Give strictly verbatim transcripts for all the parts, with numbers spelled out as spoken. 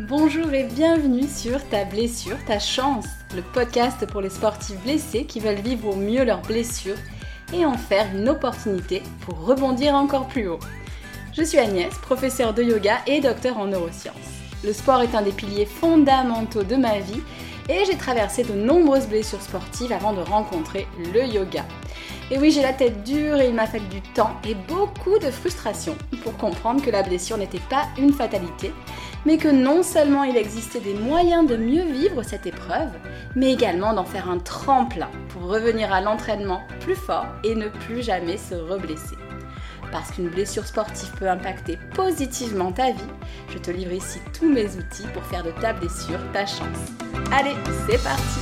Bonjour et bienvenue sur Ta blessure, ta chance, le podcast pour les sportifs blessés qui veulent vivre au mieux leurs blessures et en faire une opportunité pour rebondir encore plus haut. Je suis Agnès, professeure de yoga et docteur en neurosciences. Le sport est un des piliers fondamentaux de ma vie et j'ai traversé de nombreuses blessures sportives avant de rencontrer le yoga. Et oui, j'ai la tête dure et il m'a fallu du temps et beaucoup de frustration pour comprendre que la blessure n'était pas une fatalité, mais que non seulement il existait des moyens de mieux vivre cette épreuve, mais également d'en faire un tremplin pour revenir à l'entraînement plus fort et ne plus jamais se reblesser. Parce qu'une blessure sportive peut impacter positivement ta vie, je te livre ici tous mes outils pour faire de ta blessure ta chance. Allez, c'est parti!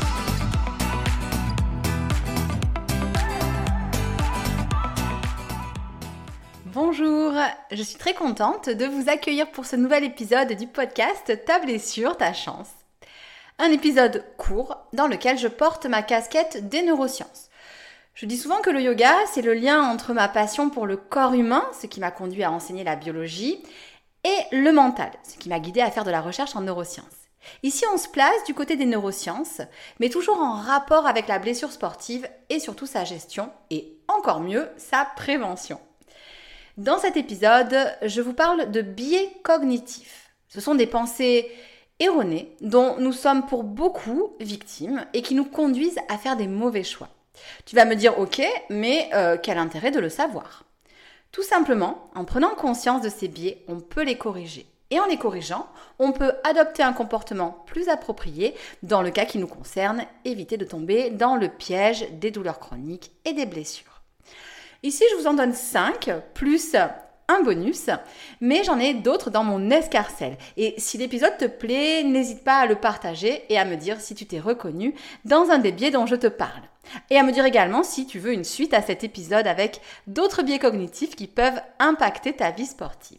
Bonjour, je suis très contente de vous accueillir pour ce nouvel épisode du podcast Ta blessure, ta chance. Un épisode court dans lequel je porte ma casquette des neurosciences. Je dis souvent que le yoga, c'est le lien entre ma passion pour le corps humain, ce qui m'a conduit à enseigner la biologie, et le mental, ce qui m'a guidée à faire de la recherche en neurosciences. Ici, on se place du côté des neurosciences, mais toujours en rapport avec la blessure sportive et surtout sa gestion, et encore mieux, sa prévention. Dans cet épisode, je vous parle de biais cognitifs. Ce sont des pensées erronées dont nous sommes pour beaucoup victimes et qui nous conduisent à faire des mauvais choix. Tu vas me dire « Ok, mais euh, quel intérêt de le savoir ?» Tout simplement, en prenant conscience de ces biais, on peut les corriger. Et en les corrigeant, on peut adopter un comportement plus approprié dans le cas qui nous concerne, éviter de tomber dans le piège des douleurs chroniques et des blessures. Ici, je vous en donne cinq, plus un bonus, mais j'en ai d'autres dans mon escarcelle. Et si l'épisode te plaît, n'hésite pas à le partager et à me dire si tu t'es reconnu dans un des biais dont je te parle. Et à me dire également si tu veux une suite à cet épisode avec d'autres biais cognitifs qui peuvent impacter ta vie sportive.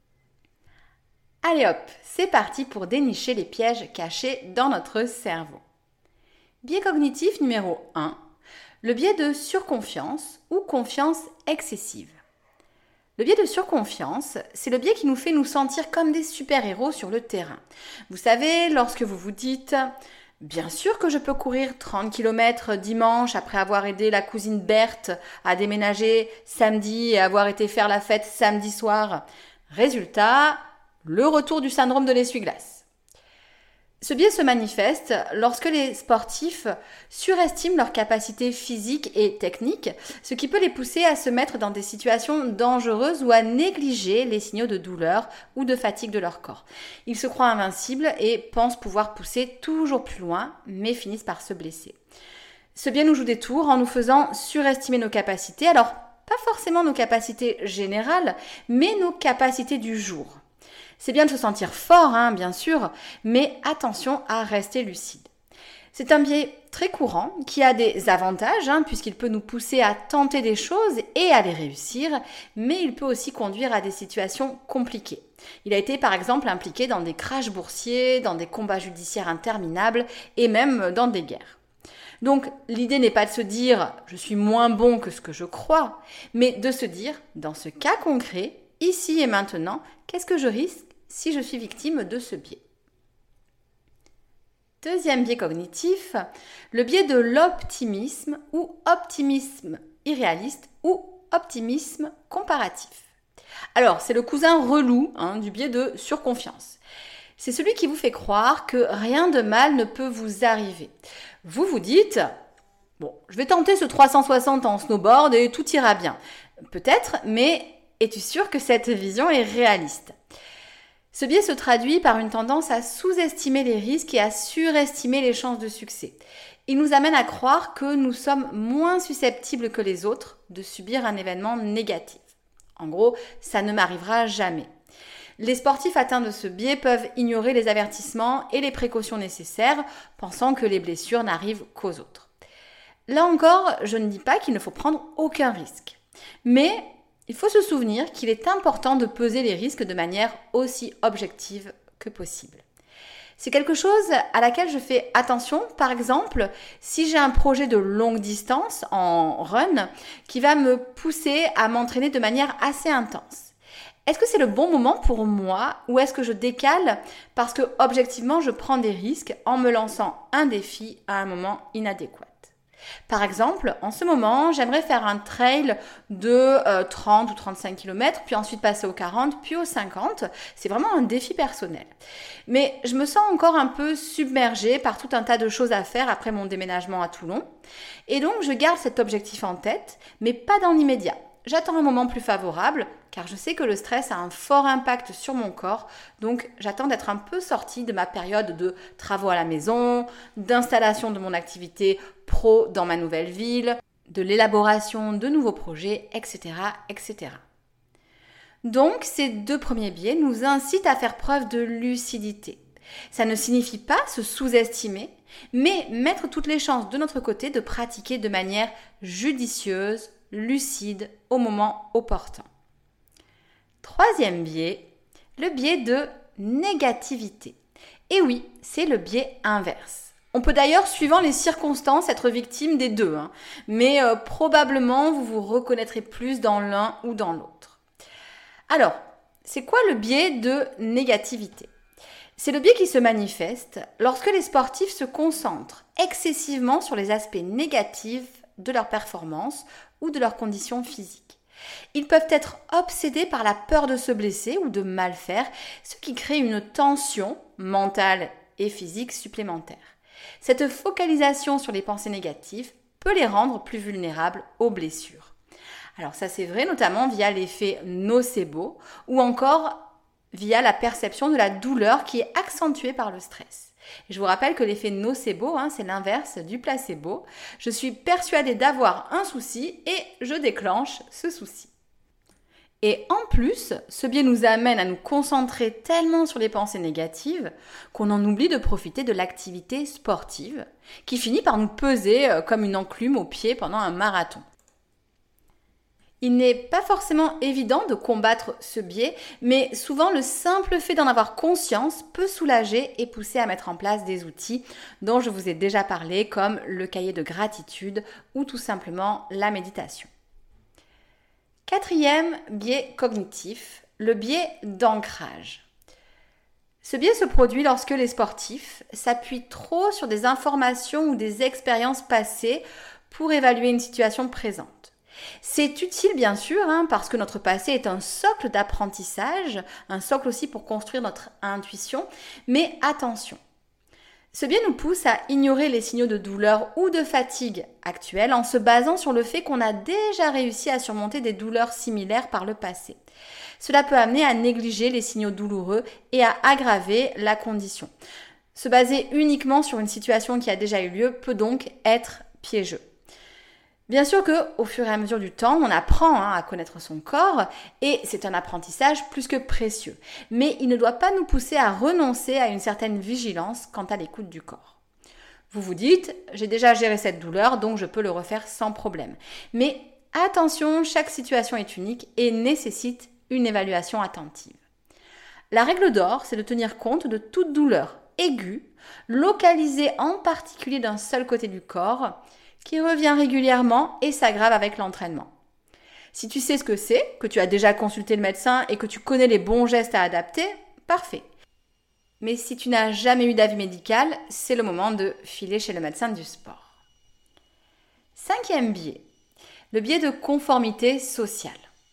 Allez hop, c'est parti pour dénicher les pièges cachés dans notre cerveau. Biais cognitif numéro un. Le biais de surconfiance ou confiance excessive. Le biais de surconfiance, c'est le biais qui nous fait nous sentir comme des super-héros sur le terrain. Vous savez, lorsque vous vous dites « Bien sûr que je peux courir trente kilomètres dimanche après avoir aidé la cousine Berthe à déménager samedi et avoir été faire la fête samedi soir. » Résultat, le retour du syndrome de l'essuie-glace. Ce biais se manifeste lorsque les sportifs surestiment leurs capacités physiques et techniques, ce qui peut les pousser à se mettre dans des situations dangereuses ou à négliger les signaux de douleur ou de fatigue de leur corps. Ils se croient invincibles et pensent pouvoir pousser toujours plus loin, mais finissent par se blesser. Ce biais nous joue des tours en nous faisant surestimer nos capacités, alors pas forcément nos capacités générales, mais nos capacités du jour. C'est bien de se sentir fort, hein, bien sûr, mais attention à rester lucide. C'est un biais très courant qui a des avantages, hein, puisqu'il peut nous pousser à tenter des choses et à les réussir, mais il peut aussi conduire à des situations compliquées. Il a été par exemple impliqué dans des crashs boursiers, dans des combats judiciaires interminables et même dans des guerres. Donc l'idée n'est pas de se dire « je suis moins bon que ce que je crois », mais de se dire « dans ce cas concret, ici et maintenant, qu'est-ce que je risque si je suis victime de ce biais ?» Deuxième biais cognitif, le biais de l'optimisme ou optimisme irréaliste ou optimisme comparatif. Alors, c'est le cousin relou hein, du biais de surconfiance. C'est celui qui vous fait croire que rien de mal ne peut vous arriver. Vous vous dites « bon, je vais tenter ce trois cent soixante en snowboard et tout ira bien. » Peut-être, mais es-tu sûr que cette vision est réaliste ? Ce biais se traduit par une tendance à sous-estimer les risques et à surestimer les chances de succès. Il nous amène à croire que nous sommes moins susceptibles que les autres de subir un événement négatif. En gros, ça ne m'arrivera jamais. Les sportifs atteints de ce biais peuvent ignorer les avertissements et les précautions nécessaires, pensant que les blessures n'arrivent qu'aux autres. Là encore, je ne dis pas qu'il ne faut prendre aucun risque. Mais il faut se souvenir qu'il est important de peser les risques de manière aussi objective que possible. C'est quelque chose à laquelle je fais attention, par exemple, si j'ai un projet de longue distance en run qui va me pousser à m'entraîner de manière assez intense. Est-ce que c'est le bon moment pour moi ou est-ce que je décale parce que objectivement je prends des risques en me lançant un défi à un moment inadéquat? Par exemple, en ce moment, j'aimerais faire un trail de euh, trente ou trente-cinq kilomètres, puis ensuite passer aux quarante, puis aux cinquante. C'est vraiment un défi personnel. Mais je me sens encore un peu submergée par tout un tas de choses à faire après mon déménagement à Toulon. Et donc, je garde cet objectif en tête, mais pas dans l'immédiat. J'attends un moment plus favorable, car je sais que le stress a un fort impact sur mon corps, donc j'attends d'être un peu sortie de ma période de travaux à la maison, d'installation de mon activité pro dans ma nouvelle ville, de l'élaboration de nouveaux projets, et cetera, et cetera. Donc, ces deux premiers biais nous incitent à faire preuve de lucidité. Ça ne signifie pas se sous-estimer, mais mettre toutes les chances de notre côté de pratiquer de manière judicieuse, lucide, au moment opportun. Troisième biais, le biais de négativité. Et oui, c'est le biais inverse. On peut d'ailleurs, suivant les circonstances, être victime des deux, hein, mais euh, probablement vous vous reconnaîtrez plus dans l'un ou dans l'autre. Alors, c'est quoi le biais de négativité ? C'est le biais qui se manifeste lorsque les sportifs se concentrent excessivement sur les aspects négatifs de leur performance ou de leurs conditions physiques. Ils peuvent être obsédés par la peur de se blesser ou de mal faire, ce qui crée une tension mentale et physique supplémentaire. Cette focalisation sur les pensées négatives peut les rendre plus vulnérables aux blessures. Alors ça c'est vrai notamment via l'effet nocebo ou encore via la perception de la douleur qui est accentuée par le stress. Et je vous rappelle que l'effet nocebo, hein, c'est l'inverse du placebo. Je suis persuadée d'avoir un souci et je déclenche ce souci. Et en plus, ce biais nous amène à nous concentrer tellement sur les pensées négatives qu'on en oublie de profiter de l'activité sportive qui finit par nous peser comme une enclume au pied pendant un marathon. Il n'est pas forcément évident de combattre ce biais, mais souvent le simple fait d'en avoir conscience peut soulager et pousser à mettre en place des outils dont je vous ai déjà parlé, comme le cahier de gratitude ou tout simplement la méditation. Quatrième biais cognitif, le biais d'ancrage. Ce biais se produit lorsque les sportifs s'appuient trop sur des informations ou des expériences passées pour évaluer une situation présente. C'est utile bien sûr hein, parce que notre passé est un socle d'apprentissage, un socle aussi pour construire notre intuition, mais attention. Ce biais nous pousse à ignorer les signaux de douleur ou de fatigue actuels en se basant sur le fait qu'on a déjà réussi à surmonter des douleurs similaires par le passé. Cela peut amener à négliger les signaux douloureux et à aggraver la condition. Se baser uniquement sur une situation qui a déjà eu lieu peut donc être piégeux. Bien sûr qu'au fur et à mesure du temps, on apprend hein, à connaître son corps et c'est un apprentissage plus que précieux. Mais il ne doit pas nous pousser à renoncer à une certaine vigilance quant à l'écoute du corps. Vous vous dites, j'ai déjà géré cette douleur, donc je peux le refaire sans problème. Mais attention, chaque situation est unique et nécessite une évaluation attentive. La règle d'or, c'est de tenir compte de toute douleur aiguë, localisée en particulier d'un seul côté du corps, qui revient régulièrement et s'aggrave avec l'entraînement. Si tu sais ce que c'est, que tu as déjà consulté le médecin et que tu connais les bons gestes à adapter, parfait. Mais si tu n'as jamais eu d'avis médical, c'est le moment de filer chez le médecin du sport. Cinquième biais, le biais de conformité sociale.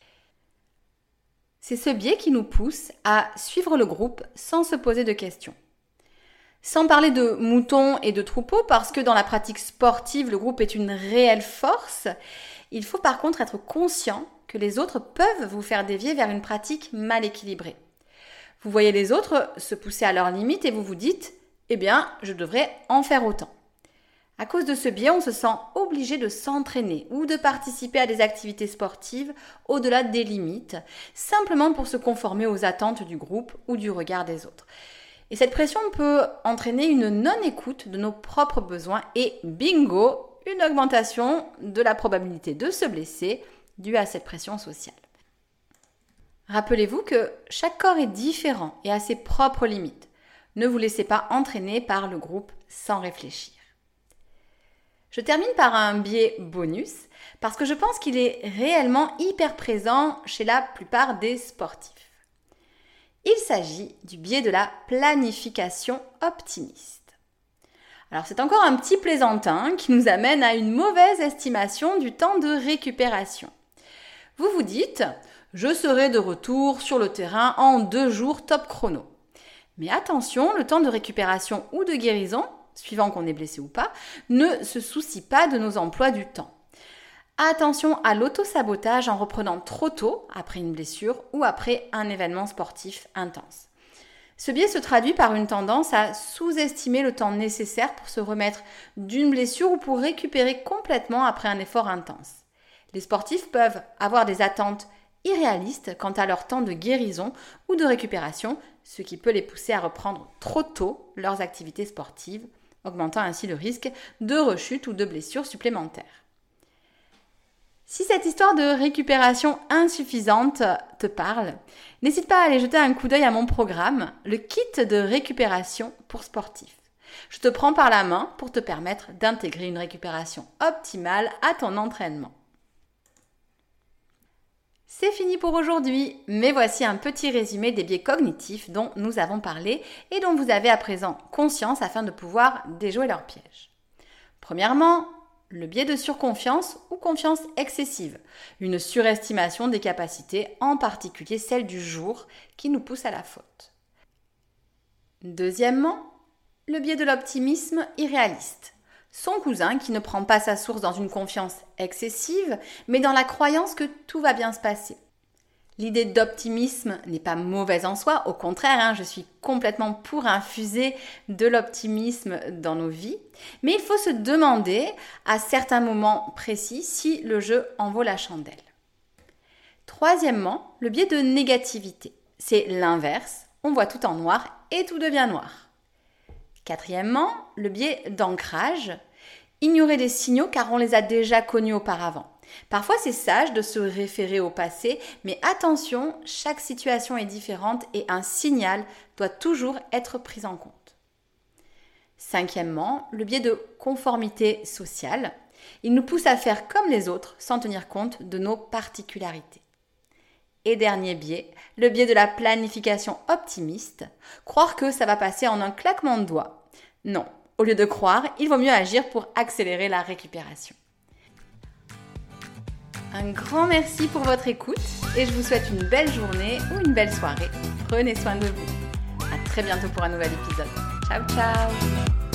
C'est ce biais qui nous pousse à suivre le groupe sans se poser de questions. Sans parler de moutons et de troupeaux, parce que dans la pratique sportive, le groupe est une réelle force, il faut par contre être conscient que les autres peuvent vous faire dévier vers une pratique mal équilibrée. Vous voyez les autres se pousser à leurs limites et vous vous dites « Eh bien, je devrais en faire autant ». À cause de ce biais, on se sent obligé de s'entraîner ou de participer à des activités sportives au-delà des limites, simplement pour se conformer aux attentes du groupe ou du regard des autres. Et cette pression peut entraîner une non-écoute de nos propres besoins et bingo, une augmentation de la probabilité de se blesser due à cette pression sociale. Rappelez-vous que chaque corps est différent et a ses propres limites. Ne vous laissez pas entraîner par le groupe sans réfléchir. Je termine par un biais bonus parce que je pense qu'il est réellement hyper présent chez la plupart des sportifs. Il s'agit du biais de la planification optimiste. Alors c'est encore un petit plaisantin qui nous amène à une mauvaise estimation du temps de récupération. Vous vous dites « je serai de retour sur le terrain en deux jours top chrono ». Mais attention, le temps de récupération ou de guérison, suivant qu'on est blessé ou pas, ne se soucie pas de nos emplois du temps. Attention à l'auto-sabotage en reprenant trop tôt, après une blessure ou après un événement sportif intense. Ce biais se traduit par une tendance à sous-estimer le temps nécessaire pour se remettre d'une blessure ou pour récupérer complètement après un effort intense. Les sportifs peuvent avoir des attentes irréalistes quant à leur temps de guérison ou de récupération, ce qui peut les pousser à reprendre trop tôt leurs activités sportives, augmentant ainsi le risque de rechute ou de blessures supplémentaires. Si cette histoire de récupération insuffisante te parle, n'hésite pas à aller jeter un coup d'œil à mon programme, le kit de récupération pour sportifs. Je te prends par la main pour te permettre d'intégrer une récupération optimale à ton entraînement. C'est fini pour aujourd'hui, mais voici un petit résumé des biais cognitifs dont nous avons parlé et dont vous avez à présent conscience afin de pouvoir déjouer leurs pièges. Premièrement, le biais de surconfiance ou confiance excessive, une surestimation des capacités, en particulier celles du jour, qui nous pousse à la faute. Deuxièmement, le biais de l'optimisme irréaliste, son cousin qui ne prend pas sa source dans une confiance excessive, mais dans la croyance que tout va bien se passer. L'idée d'optimisme n'est pas mauvaise en soi, au contraire, hein, je suis complètement pour infuser de l'optimisme dans nos vies, mais il faut se demander à certains moments précis si le jeu en vaut la chandelle. Troisièmement, le biais de négativité, c'est l'inverse, on voit tout en noir et tout devient noir. Quatrièmement, le biais d'ancrage, ignorer des signaux car on les a déjà connus auparavant. Parfois, c'est sage de se référer au passé, mais attention, chaque situation est différente et un signal doit toujours être pris en compte. Cinquièmement, le biais de conformité sociale. Il nous pousse à faire comme les autres sans tenir compte de nos particularités. Et dernier biais, le biais de la planification optimiste. Croire que ça va passer en un claquement de doigts. Non, au lieu de croire, il vaut mieux agir pour accélérer la récupération. Un grand merci pour votre écoute et je vous souhaite une belle journée ou une belle soirée. Prenez soin de vous. À très bientôt pour un nouvel épisode. Ciao, ciao!